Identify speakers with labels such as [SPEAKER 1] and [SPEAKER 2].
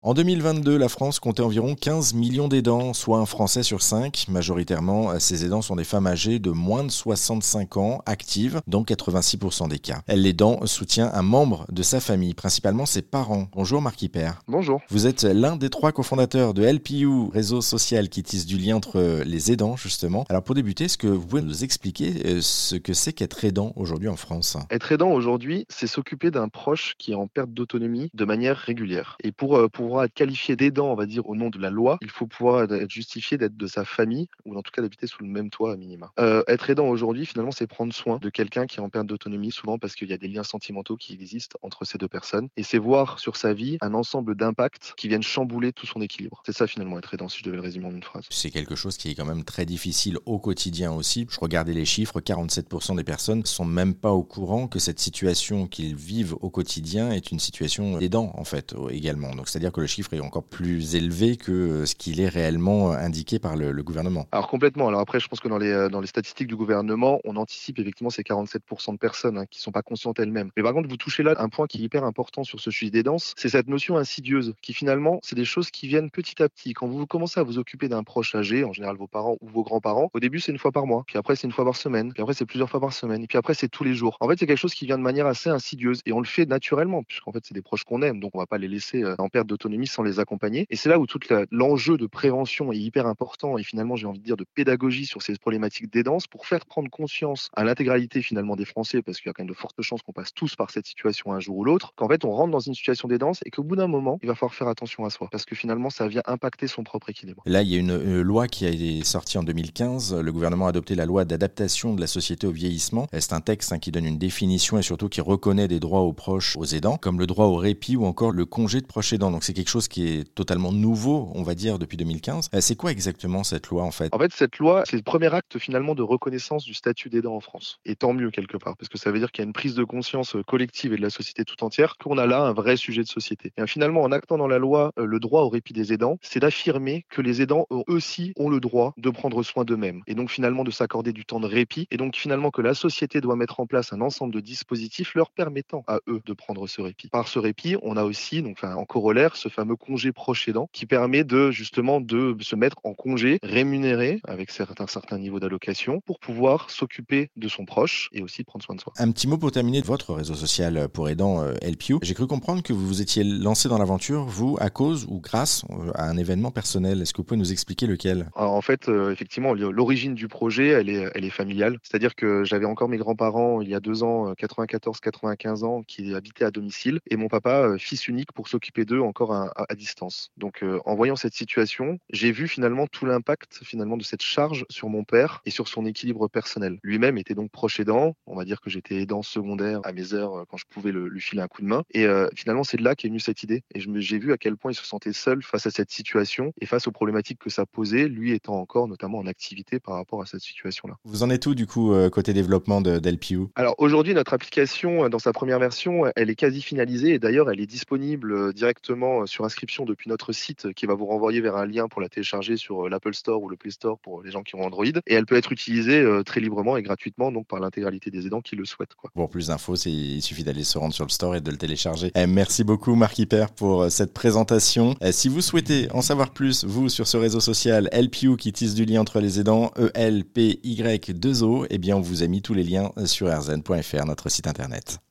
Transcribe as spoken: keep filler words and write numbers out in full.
[SPEAKER 1] En deux mille vingt-deux, la France comptait environ quinze millions d'aidants, soit un Français sur cinq. Majoritairement, ces aidants sont des femmes âgées de moins de soixante-cinq ans, actives, dans quatre-vingt-six pour cent des cas. L'aidant soutient un membre de sa famille, principalement ses parents. Bonjour Marc Hyper.
[SPEAKER 2] Bonjour.
[SPEAKER 1] Vous êtes l'un des trois cofondateurs de L P U, réseau social qui tisse du lien entre les aidants, justement. Alors pour débuter, est-ce que vous pouvez nous expliquer ce que c'est qu'être aidant aujourd'hui en France ?
[SPEAKER 2] Être aidant aujourd'hui, c'est s'occuper d'un proche qui est en perte d'autonomie de manière régulière. Et pour euh, pouvoir être qualifié d'aidant, on va dire, au nom de la loi, il faut pouvoir être justifié d'être de sa famille, ou en tout cas d'habiter sous le même toit à minima. Euh, être aidant aujourd'hui, finalement, c'est prendre soin de quelqu'un qui est en perte d'autonomie, souvent parce qu'il y a des liens sentimentaux qui existent entre ces deux personnes. Et c'est voir sur sa vie un ensemble d'impacts qui viennent chambouler tout son équilibre. C'est ça, finalement, être aidant, si je devais le résumer en une phrase.
[SPEAKER 1] C'est quelque chose qui est quand même très difficile au quotidien aussi. Je regardais les chiffres, quarante-sept pour cent des personnes ne sont même pas au courant que cette situation qu'ils vivent au quotidien est une situation d'aidant, en fait, également. Donc, c'est-à-dire que le chiffre est encore plus élevé que ce qu'il est réellement indiqué par le, le gouvernement.
[SPEAKER 2] Alors complètement. Alors après, je pense que dans les, dans les statistiques du gouvernement, on anticipe effectivement ces quarante-sept pour cent de personnes hein, qui ne sont pas conscientes elles-mêmes. Mais par contre, vous touchez là un point qui est hyper important sur ce sujet des danses, c'est cette notion insidieuse qui finalement, c'est des choses qui viennent petit à petit. Quand vous commencez à vous occuper d'un proche âgé, en général vos parents ou vos grands-parents, au début c'est une fois par mois, puis après c'est une fois par semaine, puis après c'est plusieurs fois par semaine, et puis après c'est tous les jours. En fait, c'est quelque chose qui vient de manière assez insidieuse et on le fait naturellement puisqu'en fait c'est des proches qu'on aime, donc on va pas les laisser en perte d'autonomie sans les accompagner. Et c'est là où tout l'enjeu de prévention est hyper important et finalement j'ai envie de dire de pédagogie sur ces problématiques d'aidance pour faire prendre conscience à l'intégralité finalement des Français, parce qu'il y a quand même de fortes chances qu'on passe tous par cette situation un jour ou l'autre, qu'en fait on rentre dans une situation d'aidance et qu'au bout d'un moment il va falloir faire attention à soi parce que finalement ça vient impacter son propre équilibre.
[SPEAKER 1] Là il y a une, une loi qui a été sortie en deux mille quinze, le gouvernement a adopté la loi d'adaptation de la société au vieillissement. C'est un texte hein, qui donne une définition et surtout qui reconnaît des droits aux proches, aux aidants, comme le droit au répit ou encore le congé de proche aidant. Donc c'est quelque chose qui est totalement nouveau, on va dire, depuis deux mille quinze. C'est quoi exactement cette loi en fait ?
[SPEAKER 2] En fait, cette loi, c'est le premier acte finalement de reconnaissance du statut d'aidant en France. Et tant mieux quelque part, parce que ça veut dire qu'il y a une prise de conscience collective et de la société tout entière qu'on a là un vrai sujet de société. Et finalement, en actant dans la loi le droit au répit des aidants, c'est d'affirmer que les aidants eux aussi ont le droit de prendre soin d'eux-mêmes. Et donc finalement de s'accorder du temps de répit. Et donc finalement que la société doit mettre en place un ensemble de dispositifs leur permettant à eux de prendre ce répit. Par ce répit, on a aussi, donc enfin, en corollaire, ce fameux congé proche aidant qui permet de justement de se mettre en congé rémunéré avec certains, certains niveaux d'allocation pour pouvoir s'occuper de son proche et aussi prendre soin de soi.
[SPEAKER 1] Un petit mot pour terminer de votre réseau social pour aidants euh, L P U. J'ai cru comprendre que vous vous étiez lancé dans l'aventure, vous, à cause ou grâce à un événement personnel. Est-ce que vous pouvez nous expliquer lequel ?
[SPEAKER 2] Alors, en fait, euh, effectivement, l'origine du projet, elle est, elle est familiale. C'est-à-dire que j'avais encore mes grands-parents il y a deux ans, quatre-vingt-quatorze quatre-vingt-quinze ans, qui habitaient à domicile et mon papa, euh, fils unique, pour s'occuper d'eux encore à, à, à distance. Donc, euh, en voyant cette situation, j'ai vu finalement tout l'impact finalement de cette charge sur mon père et sur son équilibre personnel. Lui-même était donc proche aidant. On va dire que j'étais aidant secondaire à mes heures quand je pouvais le, lui filer un coup de main. Et euh, finalement, c'est de là qu'est venue cette idée. Et j'ai vu à quel point il se sentait seul face à cette situation et face aux problématiques que ça posait, lui étant encore notamment en activité par rapport à cette situation-là.
[SPEAKER 1] Vous en êtes où du coup euh, côté développement de d'L P U ?
[SPEAKER 2] Alors aujourd'hui, notre application, dans sa première version, elle est quasi finalisée et d'ailleurs, elle est disponible directement sur inscription depuis notre site qui va vous renvoyer vers un lien pour la télécharger sur l'Apple Store ou le Play Store pour les gens qui ont Android. Et elle peut être utilisée euh, très librement et gratuitement donc par l'intégralité des aidants qui le souhaitent, quoi.
[SPEAKER 1] Pour plus d'infos, il suffit d'aller se rendre sur le store et de le télécharger. Eh, merci beaucoup Marc Hyper pour cette présentation. Eh, si vous souhaitez en savoir plus, vous, sur ce réseau social L P U qui tisse du lien entre les aidants, E L P Y deux O, eh bien on vous a mis tous les liens sur r zen point f r, notre site internet.